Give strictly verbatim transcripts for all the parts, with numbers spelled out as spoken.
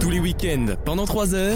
Tous les week-ends, pendant trois heures,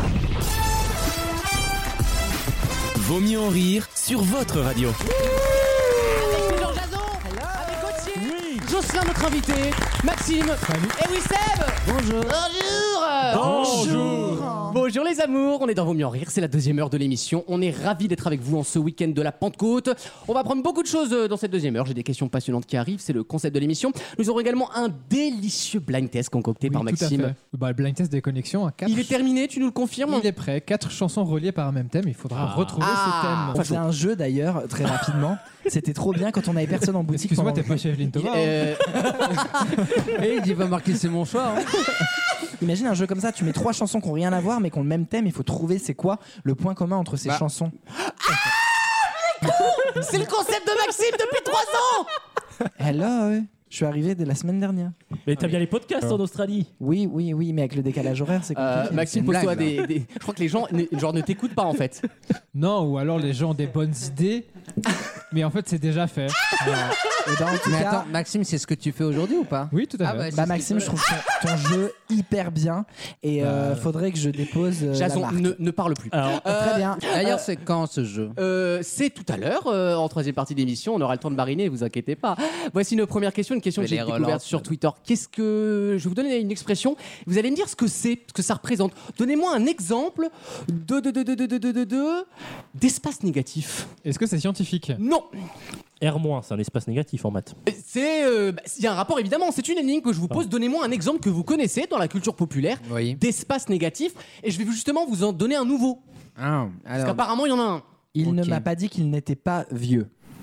Vaut mieux en rire sur votre radio. Avec toujours Jason, avec Gauthier, oui. Jocelyn notre invité, Maxime, salut. Et oui Seb. Bonjour. Bonjour. Bonjour. Bonjour les amours, on est dans Vaut mieux en rire, c'est la deuxième heure de l'émission. On est ravis d'être avec vous en ce week-end de la Pentecôte. On va apprendre beaucoup de choses dans cette deuxième heure. J'ai des questions passionnantes qui arrivent, c'est le concept de l'émission. Nous aurons également un délicieux blind test concocté oui, par Maxime. Bah, le blind test des connexions. Hein, quatre... Il est terminé, tu nous le confirmes? Il est prêt. Quatre chansons reliées par un même thème. Il faudra ah. retrouver ah. ce thème. On faisait un jeu d'ailleurs très rapidement. C'était trop bien quand on avait personne en boutique. Excuse-moi, pendant... t'es pas chez Evelyne Thomas. Euh... Et il dit va marquer c'est mon choix. Hein. Imagine un jeu comme ça, tu mets trois chansons qui n'ont rien à voir mais qui ont le même thème, il faut trouver c'est quoi le point commun entre ces bah. chansons. Ah c'est le concept de Maxime depuis trois ans. Hello, ouais. Je suis arrivé dès la semaine dernière. Mais t'as bien les podcasts en Australie. Oui, oui, oui, mais avec le décalage horaire, c'est compliqué. Euh, Maxime, pose-toi des, des... Je crois que les gens ne, genre, ne t'écoutent pas en fait. Non, ou alors les gens ont des bonnes idées, mais en fait c'est déjà fait. Ah et ben, en tout mais cas... attends, Maxime, c'est ce que tu fais aujourd'hui ou pas? Oui, tout à fait. Ah bah, bah Maxime, je trouve ton, ton jeu hyper bien et euh, faudrait que je dépose euh, Jason, la marque. Ne, ne parle plus. Alors, euh, très bien. D'ailleurs, euh, c'est quand ce jeu? euh, C'est tout à l'heure, euh, en troisième partie d'émission. On aura le temps de mariner, vous inquiétez pas. Voici nos premières questions. Une question mais que j'ai découverte sur Twitter. Qu'est-ce que... Je vais vous donner une expression. Vous allez me dire ce que c'est, ce que ça représente. Donnez-moi un exemple de, de, de, de, de, de, de, de, d'espace négatif. Est-ce que c'est scientifique? Non. R-, c'est un espace négatif en maths. C'est, euh, bah, il y a un rapport évidemment, c'est une énigme que je vous pose. Ah. Donnez-moi un exemple que vous connaissez dans la culture populaire oui. d'espace négatif et je vais justement vous en donner un nouveau. Ah, alors... Parce qu'apparemment il y en a un. Il okay. ne m'a pas dit qu'il n'était pas vieux.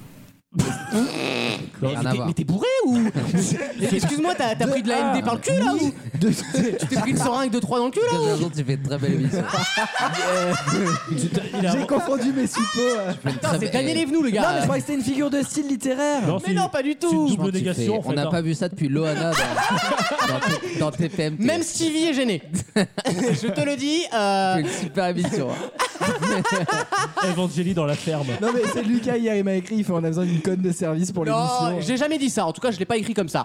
Mais, mais, t'es, mais t'es bourré ou excuse-moi, t'as, t'as pris de la M D par le cul là ou de... Tu t'es pris une seringue de trois dans le cul là ou... Tu fais une très belle émission. J'ai confondu mes suppos. Putain, c'est Daniel Evenou le gars. Non mais je croyais que c'était une figure de style littéraire. Non, mais non, pas du tout. C'est une double négation. On n'a pas vu ça depuis Loana dans, dans T P M T. Même Stevie est gêné. Je te le dis. Euh... C'est une super émission. Evangélie dans la ferme. Non mais c'est Lucas hier, il m'a écrit, il fait on a besoin d'une conne de service pour l'émission. Non, j'ai jamais dit ça. En tout cas, je l'ai pas écrit comme ça.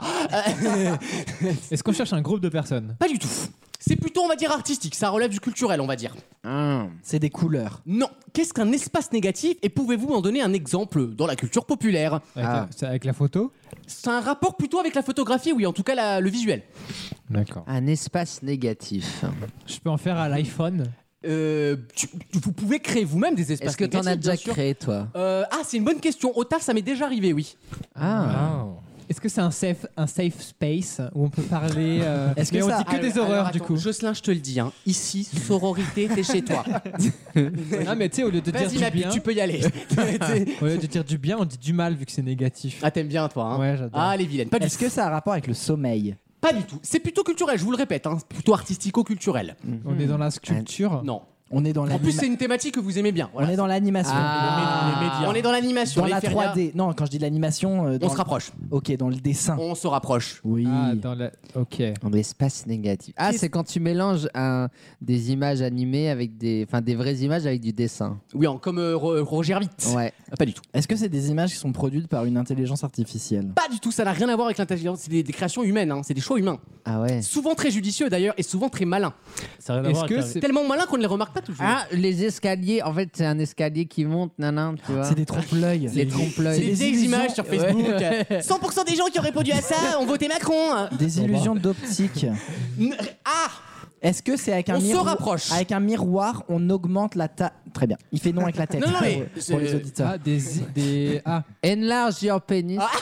Est-ce qu'on cherche un groupe de personnes? Pas du tout. C'est plutôt, on va dire, artistique. Ça relève du culturel, on va dire. Mmh. C'est des couleurs. Non. Qu'est-ce qu'un espace négatif et pouvez-vous m'en donner un exemple dans la culture populaire? Avec, ah. la, c'est avec la photo? C'est un rapport plutôt avec la photographie, oui. En tout cas, la, le visuel. D'accord. Un espace négatif. Je peux en faire à l'iPhone? Euh, tu, vous pouvez créer vous-même des espaces négatifs. Est-ce que t'en as déjà créé, toi? euh, Ah, c'est une bonne question. Au taf, ça m'est déjà arrivé, oui. Ah. Wow. Est-ce que c'est un safe, un safe space où on peut parler euh... Est-ce que mais ça... on dit que alors, des horreurs alors, du attends, coup. Jocelyn, je te le dis, hein. Ici, sororité, t'es chez toi. Non mais tu sais, au lieu de Vas-y, dire du bien, tu peux y aller. Au lieu de dire du bien, on dit du mal vu que c'est négatif. Ah, t'aimes bien toi, hein? Ouais, j'adore. Ah, les vilaines. Pas du Est-ce tout. que ça a un rapport avec le sommeil? Pas du tout. C'est plutôt culturel, je vous le répète, hein. Plutôt artistico-culturel. Mmh. On est dans la sculpture? Non. On est dans en plus, c'est une thématique que vous aimez bien. Voilà. On est dans l'animation. Ah, les médias. On est dans l'animation. Dans la trois D. Non, quand je dis l'animation. Euh, on se rapproche. Ok, dans le dessin. On se rapproche. Oui. Ah, dans la... Ok. Dans l'espace négatif. Ah, c'est quand tu mélanges un... des images animées avec des. Enfin, des vraies images avec du dessin. Oui, en... comme euh, Roger Rabbit. Ouais. Ah, pas du tout. Est-ce que c'est des images qui sont produites par une intelligence artificielle? Pas du tout, ça n'a rien à voir avec l'intelligence. C'est des, des créations humaines, hein. C'est des choix humains. Ah ouais. Souvent très judicieux d'ailleurs et souvent très malins. Ça n'a rien à voir avec que c'est tellement malin qu'on ne les remarque pas toujours. Ah, les escaliers, en fait, c'est un escalier qui monte, nanan, tu vois. C'est des trompe-l'œil. Les trompe-l'œil. C'est des, des illusions... images sur Facebook. Ouais. cent pour cent des gens qui ont répondu à ça ont voté Macron. Des illusions d'optique. Ah. Est-ce que c'est avec un on miroir? On se rapproche. Avec un miroir, on augmente la taille. Très bien. Il fait non avec la tête. Non, non, mais pour, pour les auditeurs. Ah, des, des... ah. Enlarge your penis. Ah.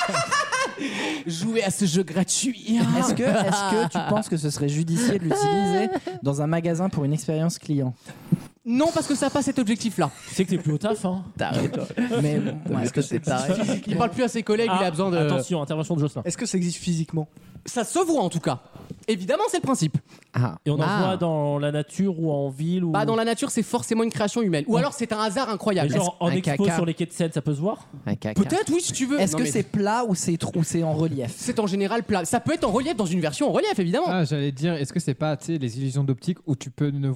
Jouer à ce jeu gratuit. Est-ce que, est-ce que tu penses que ce serait judicieux de l'utiliser dans un magasin pour une expérience client? Non, parce que ça n'a pas cet objectif-là. C'est que t'es plus au taf, hein. T'arrêtes, toi. Mais ouais, est-ce que c'est taré? Il parle plus à ses collègues, ah, il a besoin de... Attention, intervention de Jocelyn. Est-ce que ça existe physiquement? Ça se voit en tout cas. Évidemment, c'est le principe. Ah. Et on en ah. voit dans la nature ou en ville ou... Bah, dans la nature, c'est forcément une création humaine. Ou alors, c'est un hasard incroyable. Mais genre, en un expo caca. sur les quais de Seine, ça peut se voir? Un caca. Peut-être, oui, si tu veux. Est-ce non, que mais... c'est plat ou c'est, ou c'est en relief? C'est en général plat. Ça peut être en relief dans une version en relief, évidemment. Ah, j'allais dire, est-ce que c'est pas, tu sais, les illusions d'optique où tu peux ne voir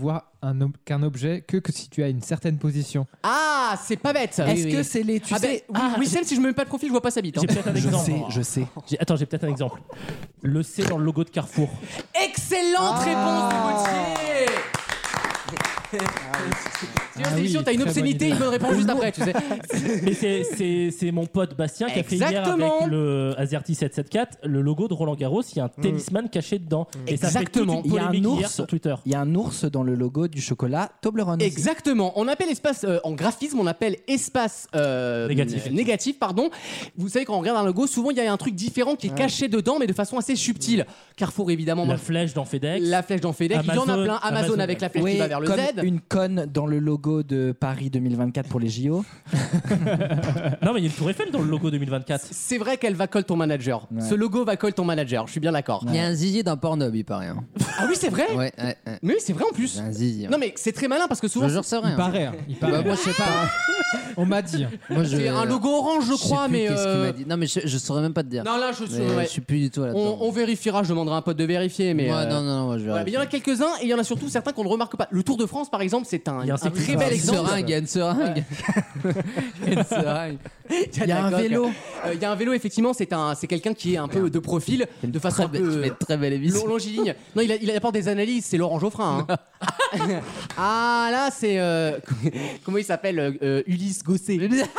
un ob- qu'un objet que, que si tu as une certaine position. Ah, c'est pas bête. Est-ce que c'est les. Tu Ah ben, sais. oui, ah, Wissem, si je me mets pas de profil, je vois pas sa bite. hein. J'ai peut-être un Je exemple. sais, je sais. J'ai- Attends, j'ai peut-être un exemple. Le C dans le logo de Carrefour. Excellente réponse de Gauthier. Tu vois, Ah cette oui, émission, t'as une très obscénité, bonne une bonne réponse juste après, tu sais. Mais c'est- c'est c'est mon pote Bastien qui a fait hier Exactement. avec le Azerty sept cent soixante-quatre le logo de Roland Garros. Il y a un talisman caché dedans. Et ça fait toute Exactement. une Il y a un polémique hier ours. sur Twitter. Il y a un ours dans le logo du chocolat Toblerone. aussi. Exactement. On appelle espace euh, en graphisme, on appelle espace euh, Négatif. euh, négatif, pardon. Vous savez quand on regarde un logo, souvent il y a un truc différent qui est caché dedans, mais de façon assez subtile. Carrefour évidemment. La moi, flèche dans FedEx. la flèche dans FedEx, il y en a Amazon- plein. Amazon, Amazon, avec la flèche Oui, qui va vers le comme Z. une conne dans le logo de Paris deux mille vingt-quatre pour les J O. Non, mais il y a une tour Eiffel dans le logo deux mille vingt-quatre. C'est vrai qu'elle va coller ton manager. Ouais. Ce logo va coller ton manager. Je suis bien d'accord. Il y a un zizi dans Pornhub, il paraît. hein. Ah oui, c'est vrai. Ouais, ouais, ouais. Mais oui, c'est vrai en Il plus. y a un zizi. hein. Non mais c'est très malin parce que Je souvent te jure, c'est vrai. Il hein. paraît. hein. Il Bah, paraît. moi, je sais pas. On m'a dit. hein. Moi, je... c'est un logo orange, je je sais crois, plus mais. qu'est-ce qu'il euh, m'a dit. Non, mais je, je saurais même pas te dire. Non là, je suis. Mais ouais. Je suis plus du tout là-dedans. On, on vérifiera. Je demanderai à un pote de vérifier, mais. Moi, euh, non, non, non, moi, je vais. Voilà, mais il y en a quelques-uns et il y en a surtout certains qu'on ne remarque pas. Le Tour de France, par exemple, c'est un, Il y a un un très certificat. bel Une exemple. seringue, il y a une seringue. Il y a une seringue. Il y a un la coque. vélo. Euh, Il y a un vélo, effectivement, c'est un, c'est quelqu'un qui est un peu de profil, de façon Très un belle, tu fais peu une très belle émission. long- longiligne. Non, il, a- il apporte des analyses, c'est Laurent Geoffrin. hein. Ah là, c'est euh, comment il s'appelle euh, euh, Ulysse Gosset.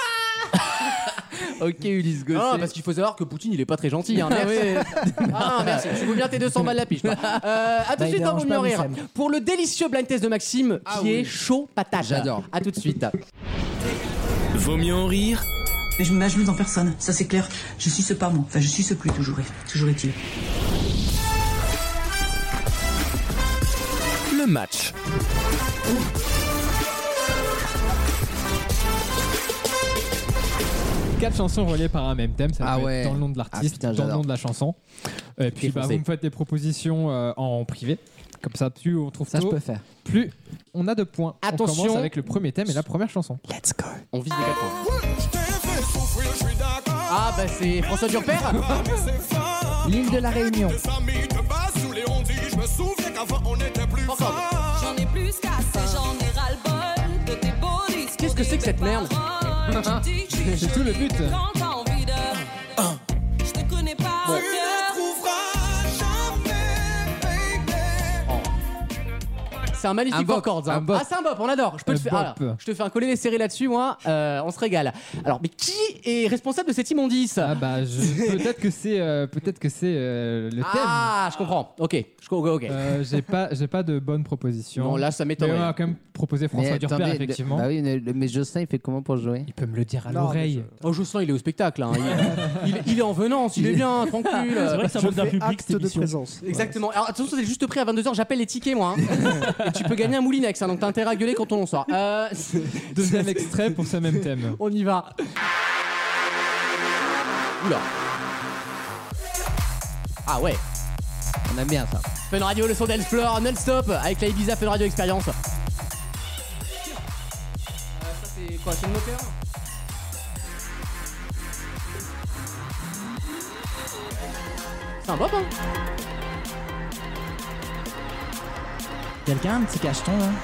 Ok, Ulysse Gosset. Ah, parce qu'il faut savoir que Poutine, il est pas très gentil. Hein. Merci. Ah, merci. Tu veux bien tes deux cents balles la piche. toi. Euh, à tout Bah, de il suite dans dérange Vaut pas mieux en rire. Wissem. Pour le délicieux blind test de Maxime, Ah qui oui. est chaud patate. J'adore. À tout de suite. Vaut mieux en rire Mais je ne m'ajoute en personne, ça c'est clair. Je suis ce pas moi. Enfin, je suis ce plus, toujours, est- toujours est-il. le match. Quatre chansons reliées par un même thème, ça Ah peut ouais. être dans le nom de Ah, l'artiste, putain, dans le j'adore. nom de la chanson. Et puis bah, foncé. vous me faites des propositions euh, en privé. Comme ça, plus on trouve Ça, je tôt, peux faire. plus on a de points. Attention. On commence avec le premier thème et la première chanson. Let's go. On vise les quatre points. Ah bah c'est François Durper. L'île de la Réunion. Encore. J'en ai plus qu'assez, j'en ai ras-le-bol de tes beaux discours. Qu'est-ce que c'est que cette merde? C'est tout le but. Quand t'as envie de. Je te connais pas. Bon. C'est un magnifique Un bop, four chords, hein. un bop. Ah c'est un bop, on adore. Je peux Un te faire, bop. alors, je te fais un collet serré là-dessus, moi. Euh, on se régale. Alors, mais qui est responsable de cette immondice? Ah bah je- peut-être que c'est euh, peut-être que c'est euh, le thème. Ah, je comprends. Ok, je co- ok. Euh, j'ai pas j'ai pas de bonne proposition. Non, là ça Mais m'étonnerait. on a quand même proposé François Mais Durper attendez, le- effectivement. Bah oui, mais, le- mais Jocelyn, il fait comment pour jouer? Il peut me le dire à Non, l'oreille. Oh, Jocelyn, il est au spectacle. Hein. Il, il- il est en venance, il est bien, tranquille. C'est vrai que ça manque d'un public cette émission. présence. Exactement. Alors attention, c'est juste prêt à vingt-deux heures, j'appelle les tickets moi. hein. Et tu peux gagner un Moulinex, hein, donc t'as intérêt à gueuler quand on en sort. Euh, Deuxième extrait pour ce même thème. on y va. Oula. Ah ouais. On aime bien ça. Fun Radio, le son d'Explore, non-stop, avec la Ibiza Fun Radio Experience. Euh, ça c'est quoi, c'est le moteur? C'est un bop hein. Quelqu'un a un petit cacheton là?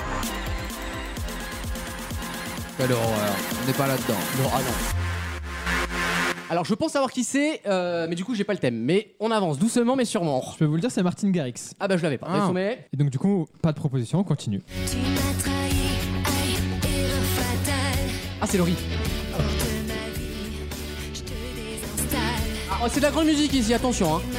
Quelle horreur. On n'est pas là-dedans. Non, ah non. Alors je pense savoir qui c'est, euh, mais du coup j'ai pas le thème. Mais on avance doucement mais sûrement. Je peux vous le dire, c'est Martin Garrix. Ah bah je l'avais pas. Ah. Laissons-les. Et donc du coup, pas de proposition, on continue. Tu m'as trahi, aïe, erreur fatale. Ah c'est Laurie. De ma vie, je te désinstalle. Ah, oh, c'est de la grande musique ici, attention hein.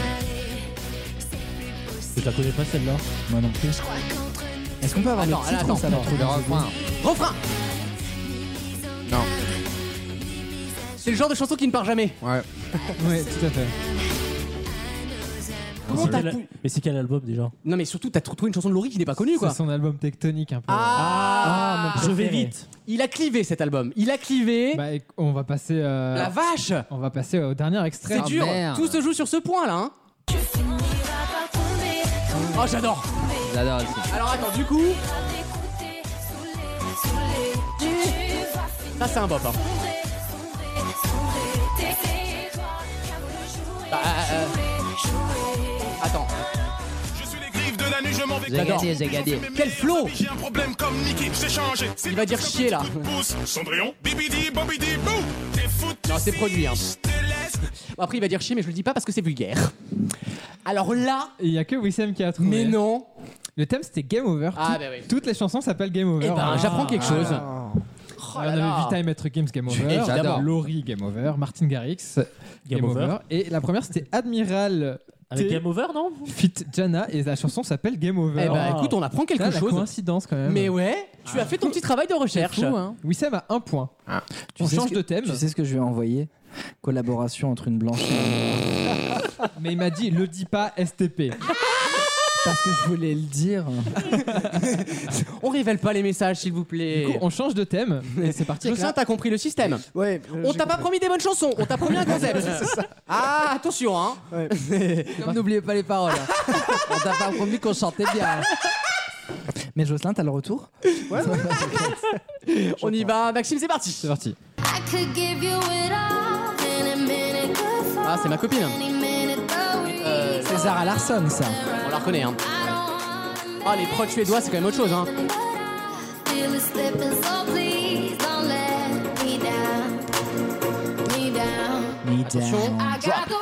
Je la connais pas celle-là. Moi non plus. Crois qu'entre nous, Est-ce qu'on peut avoir Attends, le titre attends, ou ça va attends. trop Le refrain. Refrain. Non. C'est le genre de chanson qui ne part jamais. Ouais. Ouais, tout à fait. Comment C'est t'as quel- pu- Mais c'est quel album déjà? Non mais surtout t'as trouvé une chanson de Laurie qui n'est pas connue quoi. C'est son album tectonique un peu. Ah, Je vais préféré. vite. Il a clivé cet album. Il a clivé. Bah, et on va passer. euh, La vache. On va passer au dernier extrait. C'est Ah, dur. merde. Tout se joue sur ce point là. Hein. tu finiras par tomber. Oh j'adore. J'adore aussi. Alors attends du coup, D'écouter, saoulé, saoulé. Tu vas finir. ça c'est un bop. Hein. Sombrer, sombrer, sombrer. T'es toi, car le jour est Bah, euh, euh, joué, joué. attends. Je suis les griffes de la nuit, je m'en vais. J'ai gagné, j'ai gagné. Quel flow. J'ai un problème comme Nicky, j'ai changé. Il va dire chier là. Cendrillon, bibidi, bobidi, bou. T'es foutu. Non, c'est produit, hein. Bon, après, il va dire chier, mais je le dis pas parce que c'est vulgaire. Alors là. Il y a que Wissem qui a trouvé. Mais non. Le thème c'était Game Over. Ah, Tout- bah oui. Toutes les chansons s'appellent Game Over. Eh ben, j'apprends quelque chose. Ah. Oh on là avait là. vu Time Être Games Game Over, Évidemment. Laurie Game Over, Martin Garrix Game, Game Over. Over. Et la première c'était Admiral Avec T Game Over, non? Fit Jana et la chanson s'appelle Game Over. Eh ben, Ah. écoute, on apprend quelque Là, la chose. coïncidence quand même. Mais ouais, tu as fait ton petit travail de recherche. C'est fou, hein. Wissem a un point. Tu On sais change ce que- de thème. Tu sais ce que je lui ai envoyé? Collaboration entre une blanche et un... Mais il m'a dit le dis pas S T P. Parce que je voulais le dire. On révèle pas les messages, s'il vous plaît. Du coup, on change de thème et c'est parti. avec Jocelyn, la- t'as compris le système. Ouais. On t'a pas promis des bonnes chansons, on t'a promis un concept. Ah, attention, hein. Comme n'oubliez pas les paroles. hein. On t'a pas promis qu'on chantait bien. hein. Mais Jocelyn, t'as le retour? On y va, Maxime, c'est parti. C'est parti. Ah, c'est ma copine. Euh, c'est Zara Larsson, ça. On la reconnaît, hein. Ah, les prods suédois, c'est quand même autre chose, hein. Me Attention. down.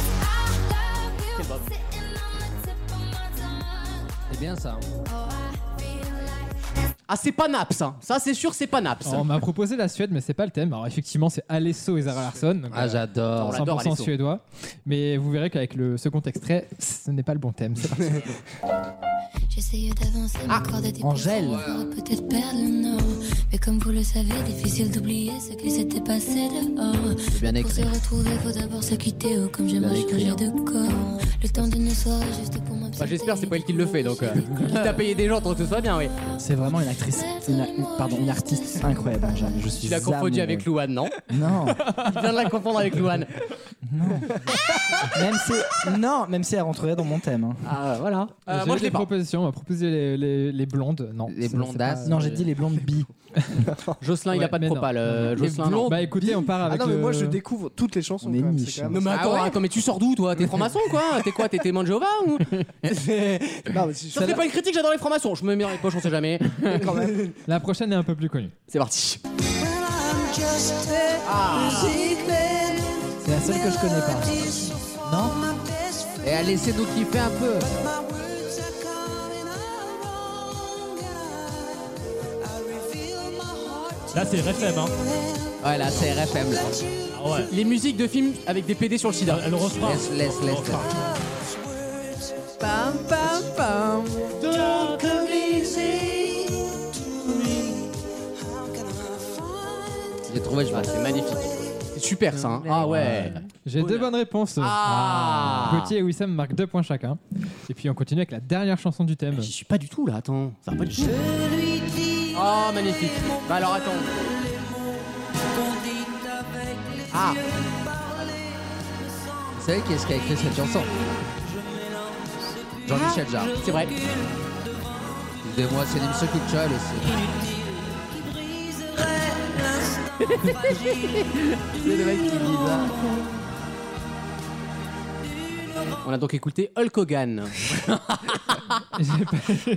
C'est bien ça. hein. Ah, c'est pas Naps, hein. Ça, c'est sûr, c'est pas Naps. Alors, on m'a proposé la Suède, mais c'est pas le thème. Alors effectivement, c'est Alesso et Zara Larsson. Donc, Ah, euh, j'adore. on cent l'adore, pour cent Alesso. suédois. Mais vous verrez qu'avec le second extrait, ce n'est pas le bon thème. C'est parti. J'essayais d'avancer, Ah, mais croire des Angèle. pourrait peut-être perdre le nord. Mais comme vous le savez, difficile d'oublier ce qui s'était passé dehors. C'est bien Pour se écrit. retrouver, faut d'abord se quitter. Oh, comme j'aimerais Bien écrit, changer de corps. Le temps d'une soirée juste pour m'absenter. Bah, j'espère, c'est pas elle qui le fait, donc. Euh, qui t'a payé des gens pour que ce soit bien, oui. C'est vraiment une actrice, une, une- pardon, une artiste incroyable. Angèle. Je suis Tu l'as confondu amoureux. avec Louane, non? Non, Il vient de la confondre avec Louane. même si, non, même si elle rentrerait dans mon thème. hein. Ah, voilà. Euh, J'ai moi, eu je l'ai des pas. propositions. On m'a proposé les, les, les blondes. Non. Les c'est- blondasses. c'est pas- Non, j'ai dit les blondes bi. Jocelyn, il a Ouais, pas de mais non. propal. euh, Les Jocelyn, non. Bah écoutez, on part Ah avec non, mais le- moi je découvre toutes les chansons. On est quand même, niche. c'est quand Non, même- mais attends, attends, mais tu sors d'où, toi? T'es franc-maçon, quoi? T'es quoi? T'es témoin de Jéhovah ou? Non, mais si Ça fait pas une critique, j'adore les francs-maçons. Je me mets dans les poches, on sait jamais. quand même. La prochaine est un peu plus connue. C'est parti. C'est la seule que je connais pas. Non? Et allez, laissez-nous kiffer un peu. Là, c'est R F M, hein. Ouais, là, c'est R F M. Là. Ah ouais. Les musiques de films avec des P D sur le sida. Le le refrain. Laisse, laisse, laisse. Pam, pam, pam. J'ai trouvé, je Ah, pense. c'est magnifique. C'est super, ça. hein. Ah ouais. J'ai deux bonnes réponses. Ah. Gauthier et Wissem marquent deux points chacun. Et puis on continue avec la dernière chanson du thème. J'y suis pas du tout, là. Attends. Ça va pas du tout. Oh, magnifique. Bah alors, attends. Ah. Vous savez qui est-ce qui a écrit cette chanson? Jean-Michel Jarre. C'est vrai. Excusez-moi, c'est une émission culturelle aussi. C'est le mec qui dit ça. On a donc écouté Hulk Hogan. J'ai pas...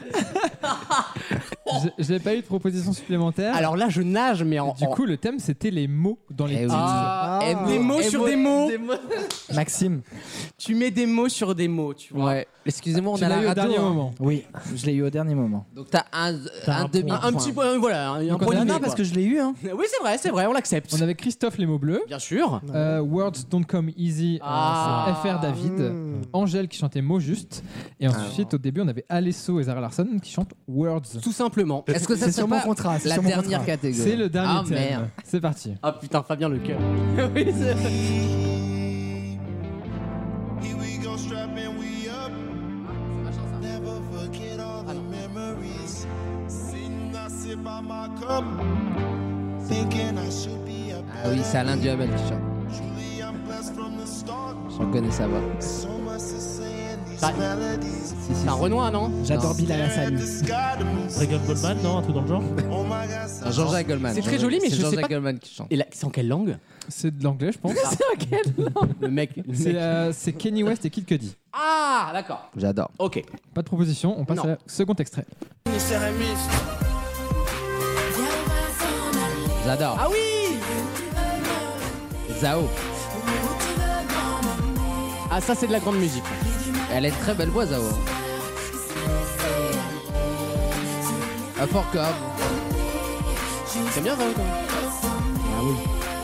J'ai- J'ai pas eu de proposition supplémentaire. Alors là, je nage, mais en. Du en- coup, le thème c'était les mots dans les Eh oui. titres. Ah, Ah. des mots sur des mots. Maxime. Tu mets des mots sur des mots, tu vois. Ouais. Excusez-moi, on Tu a l'as la eu au radio. dernier hein. moment. Oui, je l'ai eu au dernier moment. Donc t'as un, T'as un un demi. Un, un petit point, voilà, un, un point Non, limé, non, parce quoi. que je l'ai eu. Hein. Oui, c'est vrai, c'est vrai, on l'accepte. On avait Christophe les mots bleus. Bien sûr. Euh, Words Don't Come Easy, euh, Ah. c'est F R David, Mmh. Angèle qui chantait mots justes, et ensuite au début on avait Alesso et Zara Larsson qui chantent Words. Tout simplement. Est-ce que ça C'est serait sur mon pas contrat. c'est la sur mon dernière contrat. catégorie? C'est le dernier Ah, thème. merde. C'est parti. Ah putain, Fabien le cœur. Oui, c'est vrai. Ah oui, c'est Alain Duhamel qui chante. J'en connais sa voix. Ça- C'est un Renoir, non? J'adore Bilal Hassani. Regan Goldman, non? Un truc dans le genre? Jean-Jacques Goldman. C'est très joli, mais C'est je sais Jean-Jacques pas- Goldman qui chante. Et là, c'est en quelle langue? C'est de l'anglais, je pense. Le mec. le C'est mec- euh, c'est Kenny West et Kid Cudi. Ah, d'accord. J'adore. Ok. Pas de proposition, on passe Non. à la second extrait. J'adore. Ah oui. Zao. Ah, ça, c'est de la grande musique. Elle a une très belle voix, Zao. Un fort corps. C'est bien, ça, quand même. Ah oui.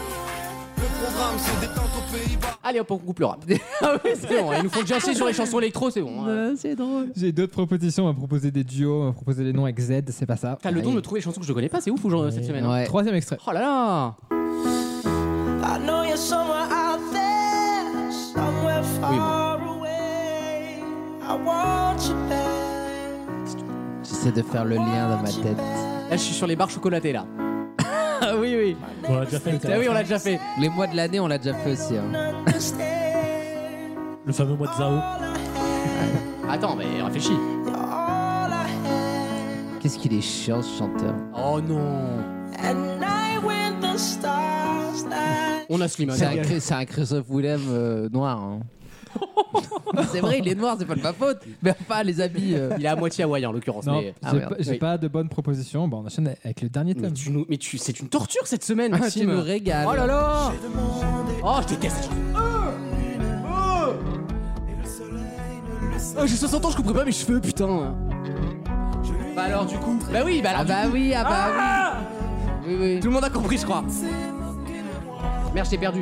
Allez hop, on coupe le rap. Ah oui, c'est bon, ils nous font jazzer sur les chansons électro, c'est bon. hein. C'est drôle. J'ai d'autres propositions, on m'a proposé des duos, on m'a proposé des noms avec Z, c'est pas ça. T'as le don de me trouver les chansons que je connais pas, c'est ouf aujourd'hui, cette semaine. hein. Ouais. Troisième extrait. Oh là là. Oui, J'essaie de faire le lien dans ma tête. Là, je suis sur les barres chocolatées, là. Ah oui, oui. On l'a déjà fait. Ah oui, on l'a déjà fait. Les mois de l'année, on l'a déjà fait aussi. Hein. Le fameux mois de Zao. Attends, mais réfléchis. Qu'est-ce qu'il est chiant, ce chanteur. Oh non. On a Slimane. C'est un, Chris- c'est un Christophe Willem euh, noir. Hein. C'est vrai, il est noir, c'est pas de ma faute. Mais enfin, les habits. euh, Il est à moitié hawaïen en l'occurrence. Non, mais... j'ai Ah, merde. pas, j'ai Oui. pas de bonnes propositions. Bon, on enchaîne avec le dernier Mais, thème. tu nous... mais tu... c'est une torture cette semaine, tu Maxime. nous régales. Oh là là. Oh, je déteste cette chanson. Oh, j'ai soixante ans, je couperai pas mes cheveux, putain. Bah alors, du coup. Bah oui, bah alors. Ah du bah coup- oui, ah bah Ah oui. Oui, oui. Tout le monde a compris, je crois. Merde, je t'ai perdu.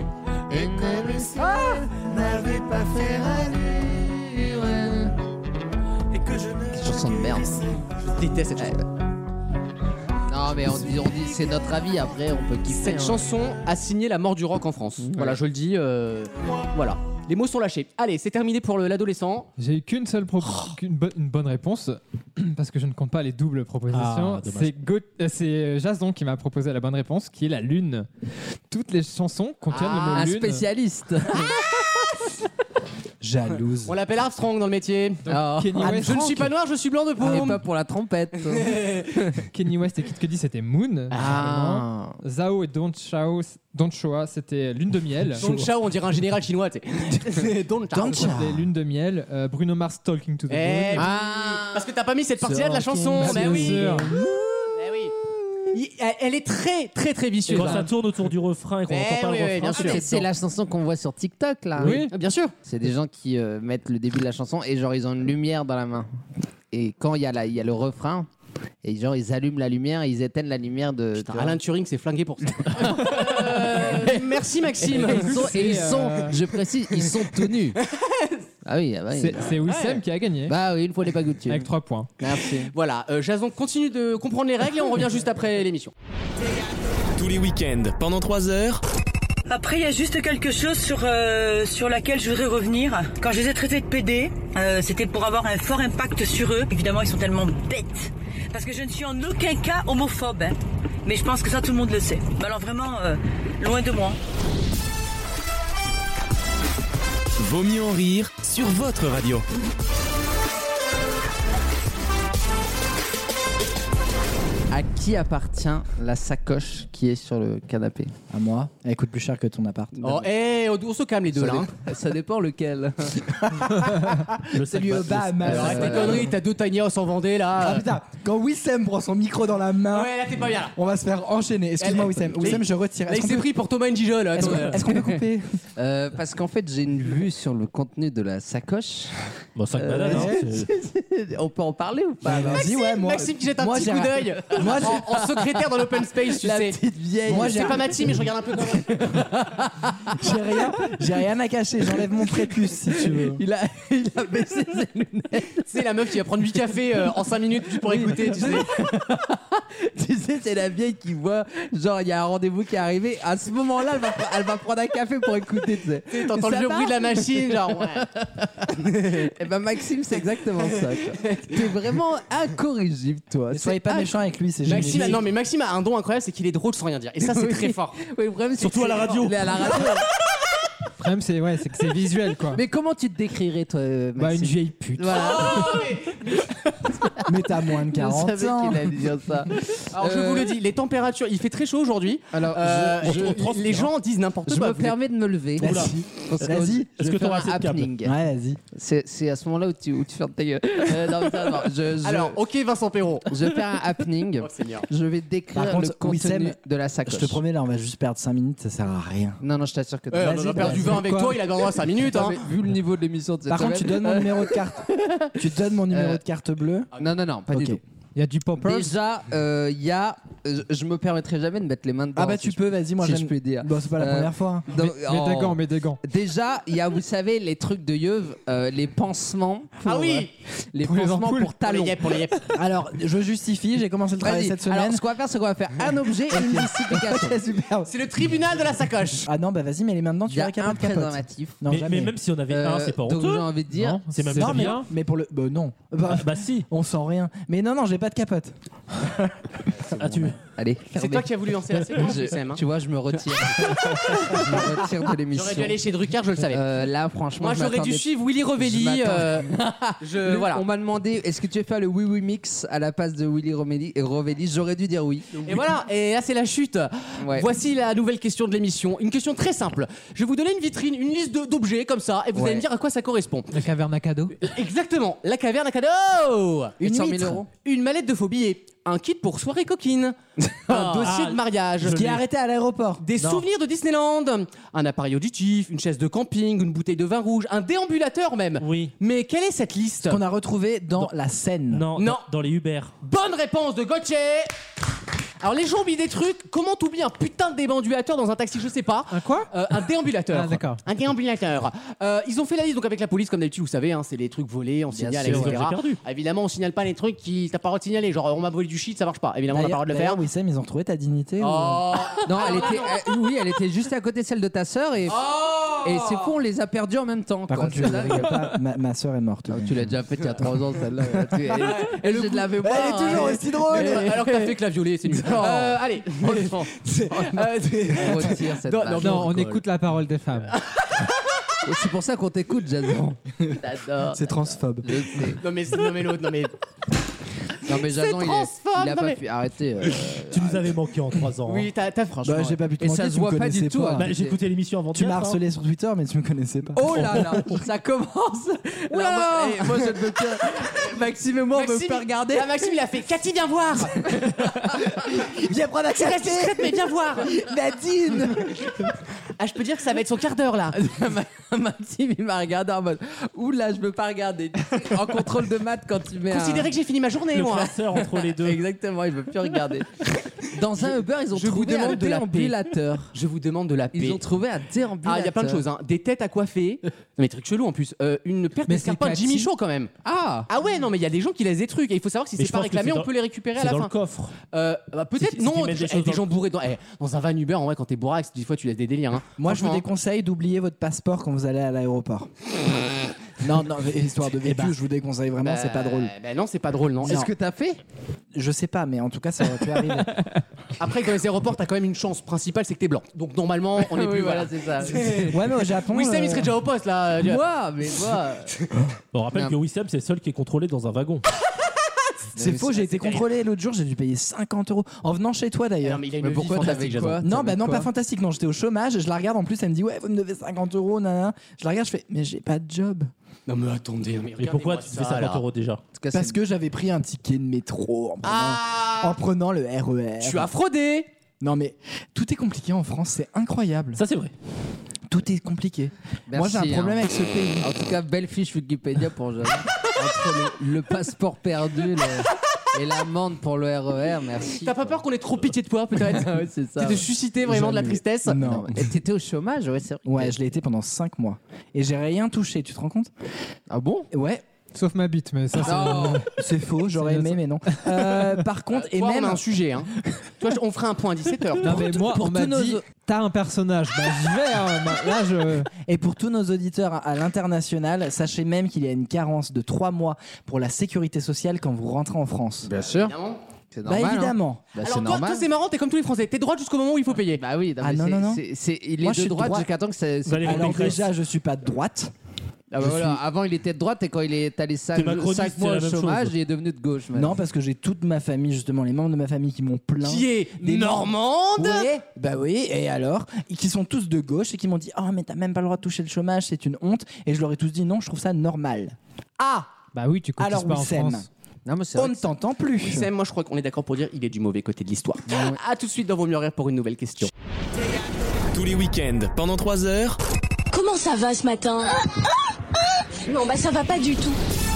Chanson de merde. Je déteste cette chanson. Non, mais on dit, on dit c'est notre avis, après on peut kiffer. Cette hein. chanson a signé la mort du rock en France. Voilà, je le dis. euh, Voilà. Les mots sont lâchés. Allez, c'est terminé pour le- l'adolescent. J'ai eu qu'une seule pro- Oh. qu'une bo- une bonne réponse parce que je ne compte pas les doubles propositions. Ah, dommage. c'est Go- euh, c'est Jason qui m'a proposé la bonne réponse, qui est la lune. Toutes les chansons contiennent Ah, le mot Un lune. spécialiste. Jalouse. On l'appelle Armstrong dans le métier. Oh. Kenny, Ah, West, je ne suis pas noir, je suis blanc de peau. Et pas pour la trompette. Kenny West et Kid Cudi, c'était Moon. Ah. Zao et Don't Show, Don't Show, c'était Lune de miel. Don Chao, on dirait un général chinois, tu sais. Don Chao. Don Chao. C'était Lune de miel. Euh, Bruno Mars, Talking to the Eh, Moon. Ah. Parce que t'as pas mis cette partie-là de la chanson. Bah, Mais bien oui. sûr. Mais oui. Il- Elle est très, très, très Et vicieuse. quand hein. ça tourne autour du refrain et qu'on Eh entend pas oui, le oui, refrain, bien sûr. C'est- C'est la chanson qu'on voit sur TikTok là. Oui. Ah, bien sûr. C'est des gens qui euh, mettent le début de la chanson et genre ils ont une lumière dans la main. Et quand il y, a la- il y a le refrain, et genre ils allument la lumière et ils éteignent la lumière de. Putain, tu vois. Alan Turing s'est flingué pour ça. Euh, Merci Maxime. Et ils sont, et ils C'est, sont- euh, je précise, ils sont tout nus. Ah oui, ah oui. C'est c'est Wissem Ouais. qui a gagné. Bah oui, une fois les pas goûtus. Avec trois points. Merci. Voilà, euh, Jason continue de comprendre les règles et on revient juste après l'émission. Tous les week-ends, pendant trois heures. Après, il y a juste quelque chose sur euh, sur laquelle je voudrais revenir. Quand je les ai traités de pédés, euh, c'était pour avoir un fort impact sur eux. Évidemment, ils sont tellement bêtes. Parce que je ne suis en aucun cas homophobe. Hein. Mais je pense que ça, tout le monde le sait. Mais alors vraiment, euh, loin de moi. Vaut mieux en rire sur votre radio. À qui appartient la sacoche qui est sur le canapé? À moi. Elle coûte plus cher que ton appart. Oh, eh, on, on se calme les deux Ça, là. hein. dépend, ça dépend lequel. le Salut sac- au bas, ma Alors, arrête Euh, tes conneries, t'as deux tiny house en Vendée là. Ah putain, quand Wissem prend son micro dans la main, Ouais, là t'es pas bien là. on va se faire enchaîner. Excuse-moi Elle- Wissem. les- Wissem, je retire. Là Est-ce il qu'on s'est peut- pris pour Thomas Njijol. est-ce qu'on- est-ce qu'on peut couper Euh, parce qu'en fait, j'ai une vue sur le contenu de la sacoche. Bon, sac Euh, banane, hein, ouais. c'est- On peut en parler ou pas? Bah, vas-y, ouais, moi. Maxime qui jette un moi, petit j'ai coup ra- d'œil Moi, j'ai- en, en secrétaire dans l'open space, tu La sais. petite vieille. Moi, C'est j'ai- pas ma team, mais je regarde un peu quand même. J'ai rien, j'ai rien à cacher. J'enlève mon prépuce si tu veux. Il a, il a baissé ses lunettes. C'est la meuf qui va prendre huit cafés euh, en cinq minutes juste pour écouter, tu sais. Tu sais, c'est la vieille qui voit, genre, il y a un rendez-vous qui est arrivé. À ce moment-là, elle va, pre- elle va prendre un café pour écouter, tu sais. T'entends Ça le va bruit de la machine, genre. Ouais. Et ben, Maxime, c'est exactement ça, quoi. T'es vraiment incorrigible, toi. Ne soyez pas C'est méchant avec lui, c'est Maxime, génial. a- non mais Maxime a un don incroyable, c'est qu'il est drôle sans rien dire. Et ça c'est Oui. très fort. Oui, vraiment, Surtout c'est- à la radio. Il est à la radio. problème, c'est ouais, c'est que c'est visuel, quoi. Mais comment tu te décrirais, toi, Maxime? Bah, une vieille pute. Voilà. Oh, mais- Mais t'as moins de Je quarante savais ans. qu'il allait dire ça. Alors je Euh, vous le dis, les températures, il fait très chaud aujourd'hui. Alors, Euh, je- et- je- et on les gens disent n'importe Je quoi. me Vous êtes- permets de me lever. Vas-y. Parce que Vas-y. je Est-ce vais que t'auras faire un assez de câble? happening. Ouais, vas-y. C'est c'est à ce moment-là où tu, où tu fermes ta gueule. Euh, non, mais ça, non, je, je, Alors, ok Vincent Perrault. je vais faire un happening. Oh, Seigneur. Je vais décrire Par contre, le contenu Wissem, de la sacoche. Je te promets, là, on va juste perdre cinq minutes, ça sert à rien. Non, non, je t'assure que Ouais, on en Vas-y, a perdu vas-y. vingt avec Quoi toi, il a droit à cinq minutes. Non, Hein. mais vu le niveau de l'émission de cette Par contre, tu semaine- donnes mon numéro de carte. Tu donnes mon numéro Euh, de carte bleue. Non, non, non, pas Ok. du tout. Il y a du poppers. Déjà, euh, il y a. Je, je me permettrai jamais de mettre les mains dedans. Ah bah si tu je- peux, vas-y, moi si je j'aime. peux dire. Bon, c'est pas la Euh, première fois. hein. Donc, Mets oh. des gants, mets des gants. Déjà, il y a, vous savez, les trucs de yeuve, euh, les pansements. Pour, Ah oui. euh, les Pour les pansements ampoules. pour Pour les talons. yep, pour les yep. Alors, je justifie, j'ai commencé le travail Vas-y. cette semaine. Alors, ce qu'on va faire, c'est qu'on va faire un objet et une justification. Ok, super. C'est le tribunal de la sacoche. Ah non, bah vas-y, mets les mains dedans, tu Il y a verras qu'il y a un pas de capote. préservatif. Non, mais, jamais. mais même si on avait un, Euh, c'est pas donc j'ai honteux. envie de dire. Non, c'est même Non, très mais, bien. mais pour le. Bah non. Bah, Ah, bah si. on sent rien. Mais non, non, j'ai pas de capote. Ah, tu. Allez, C'est fermez. toi qui as voulu lancer la séquence, Je- Wissem, hein. Tu vois, je me retire. je me retire de l'émission. J'aurais dû aller chez Drucker, je le savais. Euh, là, franchement, Moi je j'aurais dû m'attendais- suivre Willy Je Rovelli. m'attends- euh, je, Le- voilà. On m'a demandé est-ce que tu veux faire le oui oui mix à la place de Willy Rovelli et Rovelli. J'aurais dû dire oui. Et voilà, et là c'est la chute. Ouais. Voici la nouvelle question de l'émission. Une question très simple. Je vais vous donner une vitrine, une liste de- d'objets comme ça, et vous Ouais. allez me dire à quoi ça correspond. La caverne à cadeaux. Exactement. La caverne à cadeau. Une cent mille mitre, euros. une mallette de faux billets, un kit pour soirée coquine, un dossier Ah, de mariage, je Qui est l'ai. arrêté à l'aéroport. des Non. souvenirs de Disneyland, un appareil auditif, une chaise de camping, une bouteille de vin rouge, un déambulateur même. Oui. Mais quelle est cette liste? Qu'on a retrouvé dans Dans- la Seine. Non, Non. Dans, dans les Uber. Bonne réponse de Gauthier. Alors les gens oublient des trucs. Comment t'oublies un putain de déambulateur dans un taxi? Je sais pas. Un quoi? Euh, un déambulateur. Ah, d'accord. Un déambulateur. Euh, ils ont fait la liste donc avec la police comme d'habitude. Vous savez, hein, c'est les trucs volés, on signale, sûr, et cetera. ouais. Perdu. Évidemment, on signale pas les trucs qui t'as pas le droit de signaler. Genre on m'a volé du shit, ça marche pas. Évidemment, on n'a pas le droit de le faire. D'ailleurs, Wissem, ils ont retrouvé ta dignité. ou- Oh. Non, elle était, euh, oui, elle était juste à côté de celle de ta sœur et, Oh. et c'est fou, on les a perdus en même temps. Par quoi. contre, tu Celle-là- rigoles pas, ma, ma soeur est morte. Ah, tu l'as déjà fait il y a trois ans celle-là. Tu- Elle, elle, je l'avais pas. Elle est toujours hein. aussi drôle. Euh, Alors que t'as fait que la violer, c'est nul. Euh, allez. Franchement, Euh, on retire cette Non, page. Non, on écoute la parole des femmes. Et c'est pour ça qu'on t'écoute, Jason. J'adore. C'est transphobe. Je sais. non mais non mais l'autre, non mais. Non mais Jason, il, est- transphobe, il a non, pas mais- pu arrêter. euh, Tu nous avais manqué en trois ans. Oui, hein. t'as, t'as franchement. Bah, j'ai pas pu te Et manquer, ça tu se voit me pas du connaissais tout. pas. hein. Bah, j'ai écouté l'émission avant Tu m'as harcelé sur Twitter, mais tu me connaissais pas. Oh là là, ça commence. Oula. Alors, moi, eh, moi, je ne peux pas. Maxime et moi, on ne peut pas regarder. Ah, Maxime, il a fait Cathy, viens voir. Viens prendre la Tu restes discrète, mais viens voir. Nadine. Ah, je peux dire que ça va être son quart d'heure là. Maxime, il m'a regardé en mode oula, je peux pas regarder. En contrôle de maths quand tu mets. Considérez un... que j'ai fini ma journée, Le moi. classeur entre les deux. Exactement, il veut plus regarder. Dans un Uber, ils ont je vous trouvé un demande de la paix. déambulateur. Je vous demande de la paix. Ils ont trouvé un déambulateur. Ah, il y a plein de choses, hein. Des têtes à coiffer. Non, mais trucs chelous en plus. Euh, une perte Mais d'escarpin de c'est Jimmy Cathy. Show quand même. Ah. Ah ouais, non, mais il y a des gens qui laissent des trucs. Et il faut savoir que si Mais c'est je pas pense que réclamé, c'est on dans- peut les récupérer à C'est la dans fin. le coffre. Euh, bah, C'est peut-être qui- c'est non. qui met des eh, choses des dans gens le- bourrés dans, eh, dans un van Uber, en vrai, quand t'es bourrax, des fois tu laisses des délires. Hein. Moi, je vous Franchement. déconseille d'oublier votre passeport quand vous allez à l'aéroport. Non, non, mais histoire de vécu, je vous déconseille vraiment, Bah, c'est pas drôle. Bah non, c'est pas drôle, non. C'est ce que t'as fait. Je sais pas, mais en tout cas, ça aurait pu arriver. Après, dans les aéroports, t'as quand même une chance principale, c'est que t'es blanc. Donc normalement, on est Oui, plus. voilà, voilà. c'est ça. Ouais, mais au Japon. Wissem, il euh, serait déjà au poste là. Moi, mais moi. On rappelle Non. que Wissem, c'est le seul qui est contrôlé dans un wagon. C'est Mais faux, c'est- j'ai été c'est terrible. contrôlé l'autre jour, j'ai dû payer cinquante euros en venant chez toi Non, d'ailleurs. mais il a une Mais vie pourquoi fantastique, t'avais quoi Jason. Non, T'avais bah non, quoi pas fantastique, non, j'étais au chômage, je la regarde en plus, elle me dit ouais, vous me devez cinquante euros, nanana. Je la regarde, je fais mais j'ai pas de job. Non, mais attendez. Mais, Mais pourquoi regardez-moi tu te fais ça, cinquante là. euros déjà? En tout cas, Parce c'est- que j'avais pris un ticket de métro en prenant, Ah en prenant le R E R. Tu as fraudé. Non, mais tout est compliqué en France, c'est incroyable. Ça, c'est vrai. Tout est compliqué. Moi, j'ai Merci, un problème hein. avec ce pays. En tout cas, belle fiche Wikipédia pour Jason. Entre le, le passeport perdu le- et l'amende pour le R E R, merci. T'as pas peur qu'on ait trop pitié de toi, peut-être? Ah ouais, c'est ça. C'est de susciter vraiment de la Jamais. tristesse. Non. Et t'étais au chômage, ouais, c'est vrai. Ouais, je l'ai été pendant cinq mois. Et j'ai rien touché, tu te rends compte? Ah bon? Ouais, Sauf ma bite, mais ça, c'est. Non. c'est faux, j'aurais C'est aimé, bien mais non. Euh, par contre, et Toi, même. on a un sujet. Hein. Toi, on fera un point à dix-sept heures. Non, mais moi, pour on m'a tous nos- dit, t'as un personnage. Bah, j'y vais. Hein. Bah, là, je. Et pour tous nos auditeurs à- à l'international, sachez même qu'il y a une carence de trois mois pour la sécurité sociale quand vous rentrez en France. Bien sûr. Évidemment. C'est Bah normal. évidemment. Hein. Bah, Alors c'est toi, normal. toi, c'est marrant, t'es comme tous les Français, t'es de droite jusqu'au moment où il faut payer. Bah oui, Ah mais non, c'est- non, non. c'est- c'est- il Moi, est je suis de de droite droite. jusqu'à temps que c'est. c'est- Valérie Alors Pécresse. déjà, je suis pas de droite. Ah bah je voilà, suis- avant il était de droite et quand il est allé cinq T'es macroniste, mois c'est la au même chômage, chose. il est devenu de gauche. maintenant. Non, parce que j'ai toute ma famille, justement, les membres de ma famille qui m'ont plaint. Qui est Des normande. Oui, bah oui, et alors et qui sont tous de gauche et qui m'ont dit oh mais t'as même pas le droit de toucher le chômage, c'est une honte. Et je leur ai tous dit non, je trouve ça normal. Ah, Bah oui, tu cotises alors pas en Wissem, France. Non, mais c'est on vrai ne que t'entend plus. Wissem, moi je crois qu'on est d'accord pour dire il est du mauvais côté de l'histoire. A tout de suite dans Vaut mieux en rire pour une nouvelle question. Tous les week-ends, pendant trois heures, Comment ça va ce matin? Non, bah ça va pas du tout.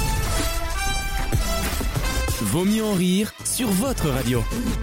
Vaut mieux en rire sur votre radio.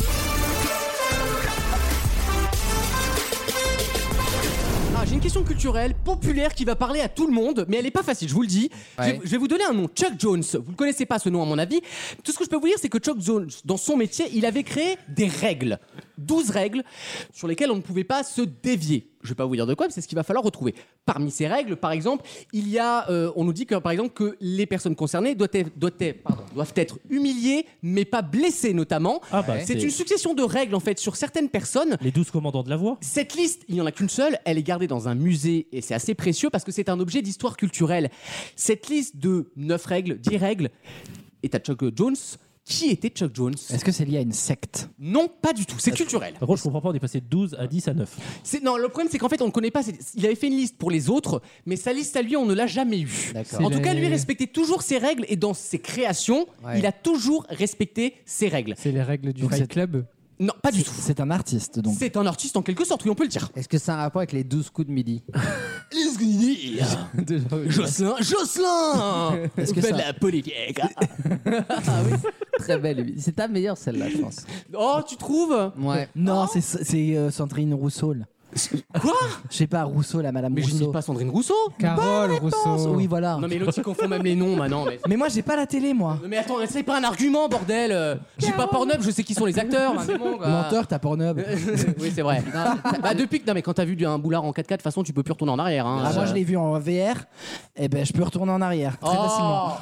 Ah, j'ai une question culturelle, populaire, qui va parler à tout le monde, mais elle est pas facile, je vous le dis. Je, vais, Ouais. je vais vous donner un nom, Chuck Jones. Vous ne connaissez pas ce nom à mon avis. Tout ce que je peux vous dire, c'est que Chuck Jones, dans son métier, il avait créé des règles. douze règles sur lesquelles on ne pouvait pas se dévier. Je vais pas vous dire de quoi, mais c'est ce qu'il va falloir retrouver. Parmi ces règles, par exemple, il y a, euh, on nous dit que, par exemple, que les personnes concernées doivent être, doivent être, pardon, doivent être humiliées, mais pas blessées, notamment. Ah bah, c'est c'est- une succession de règles, en fait, sur certaines personnes. Les douze commandants de la voix. Cette liste, il n'y en a qu'une seule, elle est gardée dans un musée et c'est assez précieux parce que c'est un objet d'histoire culturelle. Cette liste de neuf règles, dix règles, est à Chuck Jones. Qui était Chuck Jones? Est-ce que c'est lié à une secte? Non, pas du tout, c'est culturel. Par contre, je comprends pas, on est passé de douze à dix à neuf. C'est- non, le problème c'est qu'en fait on ne connaît pas, c'est- il avait fait une liste pour les autres, mais sa liste à lui on ne l'a jamais eue. D'accord. En C'est tout cas, les- lui respectait toujours ses règles et dans ses créations, Ouais. il a toujours respecté ses règles. C'est les règles du Donc Fight c'est- Club. Non, pas du tout. C'est un artiste donc. C'est un artiste en quelque sorte, oui, on peut le dire. Est-ce que c'est un rapport avec les douze coups de midi? Jocelyn, Jocelyn Est-ce que Fais ça- de la politique. Très belle. C'est ta meilleure celle-là, je pense. Oh, tu trouves? Ouais. Non, c'est c'est euh, Sandrine Rousseau. là. Quoi? Je sais pas, Rousseau, la Madame Mais je Rousseau. dis pas Sandrine Rousseau. Carole Pense, Rousseau. Oui, voilà. Non mais l'autre il confond même les noms maintenant. Mais, Mais moi, j'ai pas la télé, moi. mais attends, c'est pas un argument, bordel. Euh, J'ai pas Pornhub, je sais qui sont les acteurs. hein, c'est bon, quoi. Menteur, t'as Pornhub. Oui, c'est vrai. Non, bah depuis que non mais quand t'as vu du- un boulard en quatre quatre, de toute façon tu peux plus retourner en arrière. Hein. Ah, moi, Euh, je l'ai vu en V R. Eh ben, je peux retourner en arrière très oh. facilement.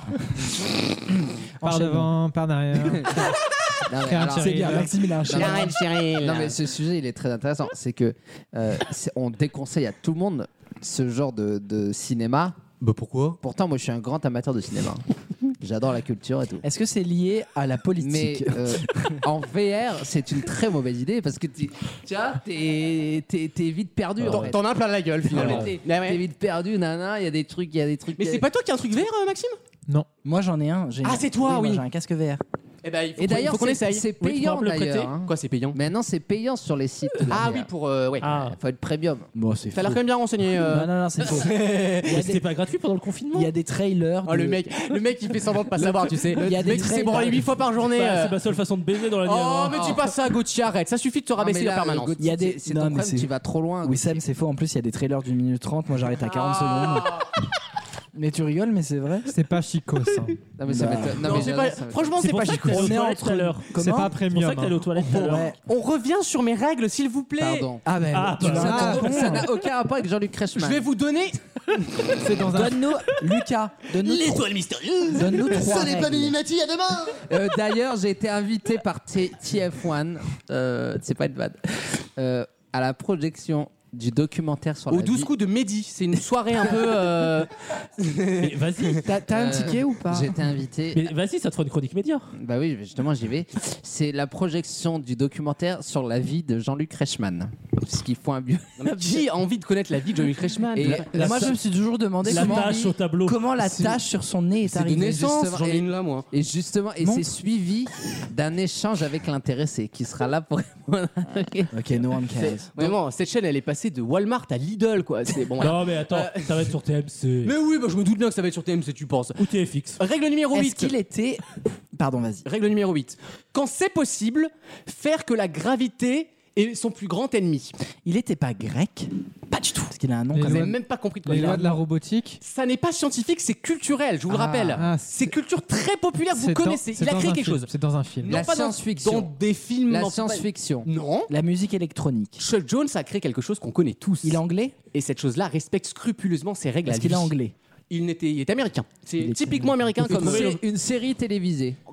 Par Enchaînons. devant, par derrière. Non, mais Créer un alors- Thierry. C'est bien, Maxime, il a un chien. Cyril, Cyril. Non mais ce sujet il est très intéressant. C'est que euh, c'est- on déconseille à tout le monde ce genre de, de cinéma. Bah pourquoi? Pourtant moi je suis un grand amateur de cinéma. J'adore la culture et tout. Est-ce que c'est lié à la Mais politique? euh, en V R c'est une très mauvaise idée parce que t'es- tu vois, t'es t'es- t'es vite perdu. en T'en fait. t'en as plein la gueule Non, finalement. mais T'es Mais ouais. t'es vite perdu, nana. Il y a des trucs, il y a des trucs. Mais c'est pas toi qui as un truc vert, euh, Maxime? Non. Moi, j'en ai un. j'ai- Ah, c'est toi, moi, oui. J'ai un casque V R. Eh ben il faut Et qu'on- il d'ailleurs faut qu'on c'est essaye. c'est Oui, tu payant pourras me le prêter. d'ailleurs. hein. Quoi, c'est payant? Maintenant c'est payant sur les sites. de Ah V R. oui, pour euh, ouais. Ah, Faut être premium. Bon, c'est T'as l'air quand même bien renseigné. euh. Non, non, non, c'est faux. mais c'était pas gratuit pendant le confinement. Il y a des trailers. Oh, de- le mec, le mec il fait semblant de pas savoir, tu sais. Il y a Le des mec il s'est trailers. branlé huit fois par journée. Bah, euh. c'est ma seule façon de baiser dans la vie. Oh, mais tu passes ça à Gauthier, arrête. Ça suffit de te Non, mais rabaisser là, la permanence. Gauthier, Il y a des- c'est- C'est non, ton mais problème, c'est- tu vas trop loin. Oui, Sam, c'est faux. En plus, il y a des trailers d'une minute trente. Moi, j'arrête à quarante Ah. secondes. Mais tu rigoles, mais c'est vrai. C'est pas chicos. hein. Non, mais ça Bah, m'étonne. Non, Non, mais c'est j'adore, pas- ça m'étonne. Franchement, C'est c'est pour pas ça que chic. t'allais aux On est toilettes entre- tout à l'heure. C'est Comment pas C'est pour ça premium. que t'allais aux hein. toilettes tout à l'heure. Ouais. On revient sur mes règles, s'il vous plaît. Pardon. Ah, ben, Ah, tu bah, vas Ça un n'a- tampon. ça n'a aucun rapport avec Jean-Luc Je Reichmann. vais vous donner C'est dans un. Donne-nous, Lucas, donne-nous trois- l'étoile mystérieuse. donne-nous trois règles. Mimimati, à demain. Euh, D'ailleurs, j'ai été invité par T- TF un, euh, c'est pas une vanne, euh, à la projection du documentaire sur Aux la douze vie. coups de Mehdi. C'est une soirée un peu. euh, Mais vas-y. T'as t'as un Euh, ticket ou pas? J'ai été invité. Mais vas-y, ça te fera une chronique média. Bah oui, justement, j'y vais. C'est la projection du documentaire sur la vie de Jean-Luc Reichmann. Ce qu'il faut un bio. Non, mais qui a envie de connaître la vie de Jean-Luc Reichmann? Et La Moi, ta- je me suis toujours demandé La comment, tâche au tableau. comment la C'est- tache sur son nez est C'est de arrivée. naissance, justement, j'en ai et- une là, moi. Et justement, et Non. c'est suivi d'un échange avec l'intéressé qui sera là pour répondre. Ok, no one cares. Vraiment, cette chaîne, elle est passée de Walmart à Lidl, quoi. C'est bon. voilà. Non, mais attends, ça va être sur T M C. Mais oui, bah, je me doute bien que ça va être sur T M C, tu penses. Ou T F X. Règle numéro Est-ce huit. qu'il était... Pardon, vas-y. Règle numéro huit. Quand c'est possible, faire que la gravité est son plus grand ennemi. Il était pas grec? Pas du tout. Parce qu'il a un nom Les Vous comme lois n'avez de- même pas compris de quoi Les il lois a. de la robotique. Ça n'est pas scientifique, c'est culturel, je vous le Ah, rappelle. ah, c'est c'est- culture très populaire, vous C'est dans- connaissez. c'est Il a dans créé un quelque film, chose. C'est dans un film. Non, La pas dans- science-fiction. Dans des films. La non, c'est pas- science-fiction. Non. La musique électronique. Chuck Jones a créé quelque chose qu'on connaît tous. Il est anglais? Et cette chose-là respecte scrupuleusement ses règles. à Est-ce qu'il lui. est anglais? Il, n'était, il est américain. C'est Il est typiquement américain Une comme. sé- Une série télévisée.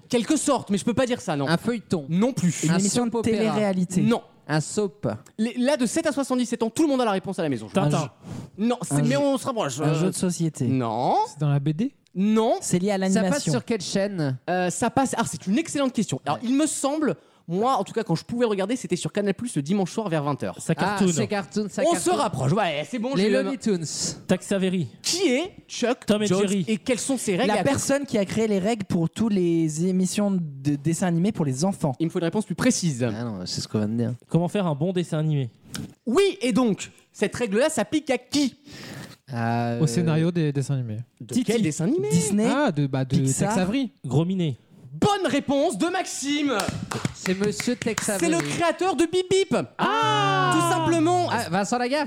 Quelque sorte, mais je peux pas dire ça, non. Un feuilleton. Non plus. Une Un émission de soap opéra. télé-réalité. Non. Un soap. Les- là, de sept à soixante-dix-sept ans, tout le monde a la réponse à la maison. je Tintin. pense. Non, c'est- Un mais jeu- on se rapproche. Un Euh, jeu de société. Non. C'est dans la B D? Non. C'est lié à Ça passe l'animation. sur quelle chaîne? Euh, ça passe. Ah, c'est une excellente question. Alors, il me semble, moi, en tout cas, quand je pouvais le regarder, c'était sur Canal Plus le dimanche soir vers vingt heures. Ça Ah, cartoon. c'est cartoon, ça On cartoon. se rapproche. Ouais, c'est bon. Les j'ai le- Looney Tunes. Tex Avery. Qui est Chuck Tom et Jones Jerry. et quelles sont ses règles La à- personne qui a créé les règles pour toutes les émissions de dessins animés pour les enfants. Il me faut une réponse plus précise. Ah non, c'est ce qu'on vient de dire. Comment faire un bon dessin animé? Oui, et donc, cette règle-là s'applique à qui? Euh, Au scénario des dessins animés. De quel dessin animé? Disney. Ah, de, bah, de Pixar. Tex Avery. Gros minet. Bonne réponse de Maxime. C'est Monsieur Tex C'est Avery. le créateur de Bip Bip. Ah Tout simplement. Ah, Vincent Lagaffe.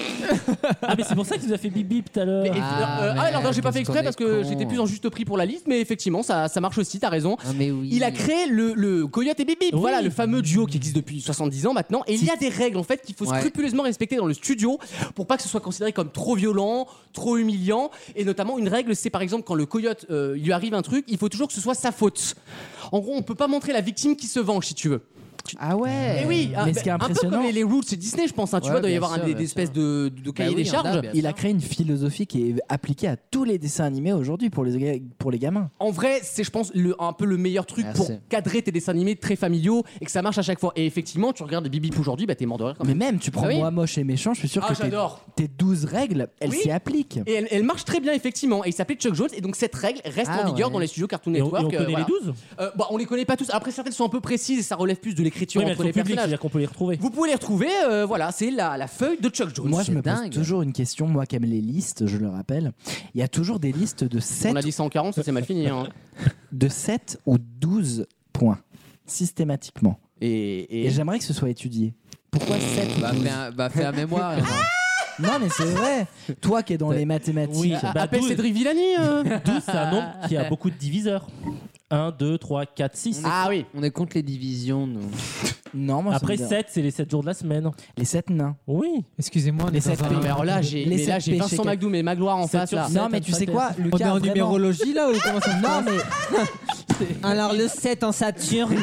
Ah, mais c'est pour ça qu'il nous a fait bip bip tout à l'heure. Et- Ah, euh, mais ah, alors non, j'ai pas fait qu'est-ce exprès qu'on parce est que con. j'étais plus en juste prix pour la liste, mais effectivement, ça, ça marche aussi, t'as raison. Ah, mais oui. Il a créé le, le Coyote et Bip Bip, Oui. voilà le fameux duo qui existe depuis soixante-dix ans maintenant. Et il y a des règles en fait qu'il faut Ouais. scrupuleusement respecter dans le studio pour pas que ce soit considéré comme trop violent, trop humiliant. Et notamment une règle, c'est par exemple quand le coyote euh, il lui arrive un truc, il faut toujours que ce soit sa faute. En gros, on peut pas montrer la victime qui se venge si tu veux. Ah ouais. Et oui, Mais un, ce qui est un peu impressionnant- comme les, les rules, c'est Disney, je pense. hein, tu Ouais, vois, il doit y bien avoir sûr, un, des, bien des espèces sûr. de, de cahiers oui, des il y en a, charges. bien Il a créé une philosophie qui est appliquée à tous les dessins animés aujourd'hui pour les, ga- pour les gamins. En vrai, c'est, je pense, le, un peu le meilleur truc Merci. pour cadrer tes dessins animés très familiaux et que ça marche à chaque fois. Et effectivement, tu regardes Bip Bip aujourd'hui, bah t'es mort de rire quand Mais même. même, tu prends Ah oui. Moi Moche et Méchant, je suis sûr Ah, que tes, j'adore. tes douze règles, elles Oui. s'y appliquent. Et elle, elle marche très bien, effectivement. Et il s'appelait Chuck Jones. Et donc, cette règle reste Ah en vigueur ouais. dans les studios Cartoon Et on, Network. et on euh, connaît voilà. les douze? Euh, bah, on les connaît pas tous. Après, certaines sont un peu précises et ça relève plus de l'écriture Oui, mais elles entre sont les publiques, personnages. c'est-à-dire qu'on peut les retrouver. Vous pouvez les retrouver. euh, voilà, c'est la, la feuille de Chuck Jones. Moi, je me pose dingue. toujours une question, moi qui aime les listes, je le rappelle. Il y a toujours des listes de sept, On a dit cent quarante, ça c'est mal fini. Hein. de sept ou douze points, systématiquement. Et, Et, et... j'aimerais que ce soit étudié. Pourquoi sept ou Bah, douze fais un, bah, fais un mémoire. et on- Non, mais c'est vrai. Toi qui es dans les mathématiques. Oui, Ah, bah, appelle douze. Cédric Villani. euh. douze, c'est un nombre qui a beaucoup de diviseurs. un, deux, trois, quatre, six. Ah oui. On est contre les divisions, nous. Non, moi, ça Après me dit- sept, c'est les sept jours de la semaine. Les sept nains. Oui. Excusez-moi, on est Les dans sept un- Non, mais alors là, j'ai, Les mais là, sept j'ai Vincent péchés McDoom et Magloire en sept face sur là. sept. Non, mais tu sais quoi, On est Lucas, en vraiment- numérologie là ou comment ça se Non, passe mais Alors le sept en Saturne.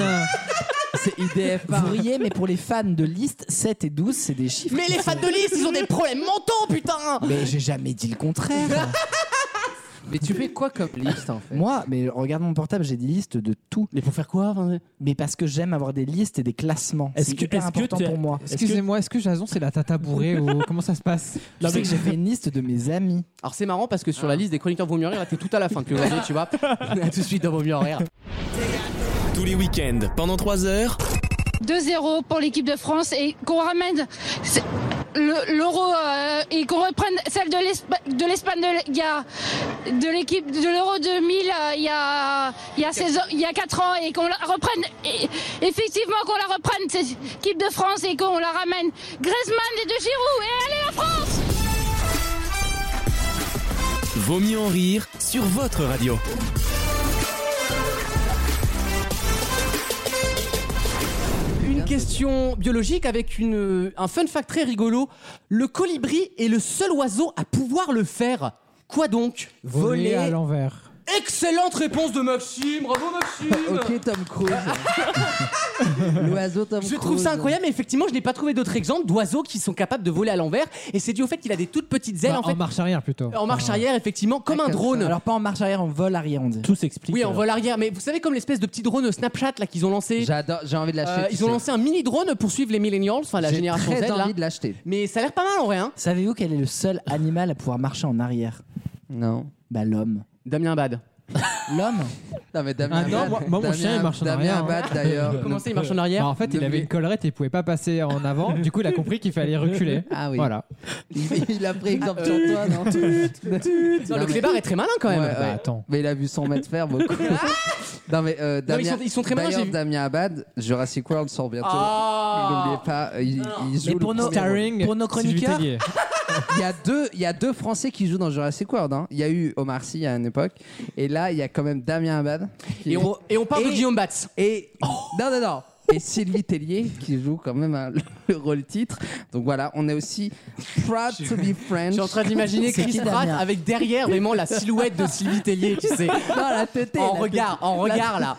C'est I D F A. vous riez, mais pour les fans de liste, sept et douze, c'est des chiffres. Mais les fans de liste, ils ont des problèmes mentaux, putain. Mais j'ai jamais dit le contraire. Mais tu fais quoi comme liste en fait? Moi, mais regarde mon portable, j'ai des listes de tout. Mais pour faire quoi enfin, Mais parce que j'aime avoir des listes et des classements. Est-ce C'est que- hyper est-ce que important tu as- pour moi. Est-ce que- Excusez-moi, est-ce que Jason c'est la tata bourrée ou comment ça se passe? Tu sais que j'ai fait une liste de mes amis. Alors c'est marrant parce que sur la liste des chroniqueurs Vaut mieux en rire, là t'es tout à la fin que aujourd'hui, tu vois. À tout de suite dans Vaut mieux en rire. Tous les week-ends, pendant trois heures. deux zéro pour l'équipe de France et qu'on ramène c'est- le- l'euro euh, et qu'on reprenne celle de l'Espa- de l'Espagne de, il y a- de l'équipe de l'euro deux mille euh, il y a il y a seize ans- il y a quatre ans et qu'on la reprenne et, effectivement qu'on la reprenne cette équipe de France et qu'on la ramène Griezmann et De Giroud et allez la France. Vaut mieux en rire sur votre radio. Une question biologique avec une, un fun fact très rigolo. Le colibri est le seul oiseau à pouvoir le faire. Quoi donc? Voler à l'envers. Excellente réponse de Maxime, bravo Maxime. Ok, Tom Cruise. L'oiseau Tom Cruise. Je trouve ça incroyable, mais effectivement, je n'ai pas trouvé d'autres exemples d'oiseaux qui sont capables de voler à l'envers. Et c'est dû au fait qu'il a des toutes petites ailes Bah, en fait. en marche arrière plutôt. En marche arrière, effectivement, comme un comme drone. Alors pas en marche arrière, en vol arrière, on dit. Tout s'explique. Oui, en alors. vol arrière. Mais vous savez, comme l'espèce de petit drone Snapchat là qu'ils ont lancé. J'adore, j'ai envie de l'acheter. Euh, tu ils ont sais. lancé un mini drone pour suivre les millennials, enfin la J'ai génération très Z là. envie de l'acheter. Mais ça a l'air pas mal en vrai, hein. Savez-vous quel est le seul animal à pouvoir marcher en arrière? Non. Bah l'homme. Damien Bad. L'homme? Non, mais Damien Ah non, Abad- moi- moi, mon Damien- chien, il marche en Damien arrière, hein. Abad, d'ailleurs. Comment ça, il marche en Bah, arrière? en fait, il Ne avait lui- une collerette et il pouvait pas passer en avant. Du coup, il a compris qu'il fallait reculer. Ah oui. Voilà. Il, il a pris exemple sur toi, non? Non, le clébard est très malin quand même. Ouais, ouais. Bah, attends. Mais il a vu son maître faire beaucoup. non, mais euh, Non, mais ils Damien, sont- ils sont très malins, d'ailleurs, j'ai vu. Damien Abad, Jurassic World sort bientôt. Ah. N'oubliez pas, il, il joue Mais le pour nos- premier rôle. Starring Pour nos Sylvie chroniqueurs. Tellier. Il y a deux, il y a deux Français qui jouent dans Jurassic World. Hein. Il y a eu Omar Sy à une époque, et là il y a quand même Damien Abad. qui- Et on, et on parle de Et- Guillaume Batz. Et non non non. Et Sylvie Tellier qui joue quand même un- le rôle titre. Donc voilà, on est aussi proud to be French. Je suis en train d'imaginer C'est Chris qui, Pratt Damien avec derrière vraiment la silhouette de Sylvie Tellier, tu sais. Non, la teuté, En la regard, en regard là.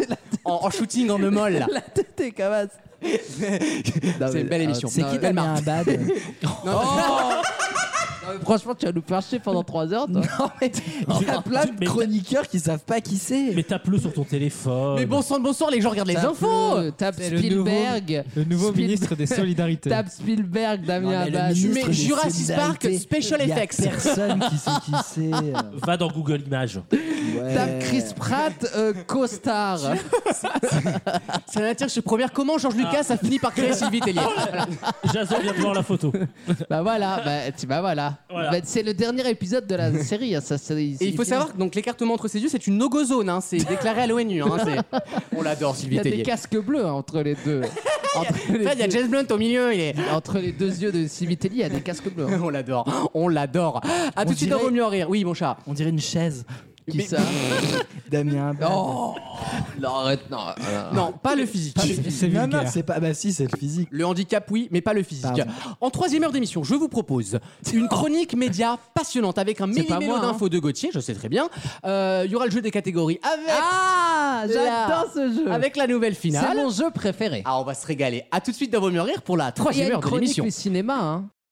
en, en shooting en eumol là. La tête est cavasse. C'est une belle émission. C'est qui belle Damien Abad? Non, mais franchement, tu vas nous faire chier pendant trois heures, toi. Non, mais il y a plein de chroniqueurs qui savent pas qui c'est. Mais tape-le sur ton téléphone. Mais bon sang de bonsoir, les gens regardent les infos. Tape C'est le Spielberg. nouveau- le nouveau Spiel- ministre des Solidarités. Tape Spielberg, Damien Non, mais le Abad. ministre Mais des Jurassic Park Solidarités, Special il y a Effects. personne qui sait qui c'est. Va dans Google Images. Ouais. Tape Chris Pratt, euh, co-star. Ça m'attire chez première. Comment George Lucas a fini par créer Sylvie Tellier? Voilà. Jason vient de voir la photo. Bah voilà, bah, tu- bah voilà. Voilà. Bah, c'est le dernier épisode de la série. hein, Ça, ça- Et il faut fini. savoir que donc l'écartement entre ses yeux, c'est une no-go zone. Hein. C'est déclaré à l'ONU. Hein. C'est- On l'adore, Il Sylvie y a des Tellier. casques bleus hein, entre les deux. Entre les, Enfin, il y a deux, James Blunt au milieu. Il est. entre les deux yeux de Sylvie Tellier, il y a des casques bleus. hein. On l'adore. On l'adore. À tout de suite dans dirait- Vaut mieux en rire. Oui, mon chat. On dirait une chaise. Qui Mais- ça Damien Abad. Oh Non, arrête, non. Non, pas le physique. C'est non, non, vulgaire. c'est pas. Bah si, c'est le physique. Le handicap, oui, mais pas le physique. Pardon. En troisième heure d'émission, je vous propose une chronique média passionnante avec un C'est pas millimélo moi, hein. d'infos de Gauthier, je sais très bien. Euh, Il y aura le jeu des catégories avec, Ah J'adore la- ce jeu. avec la nouvelle C'est finale. mon jeu préféré. Ah, on va se régaler. À tout de suite dans Vaut mieux en rire pour la Il y troisième a une heure de chronique l'émission. le cinéma. Hein.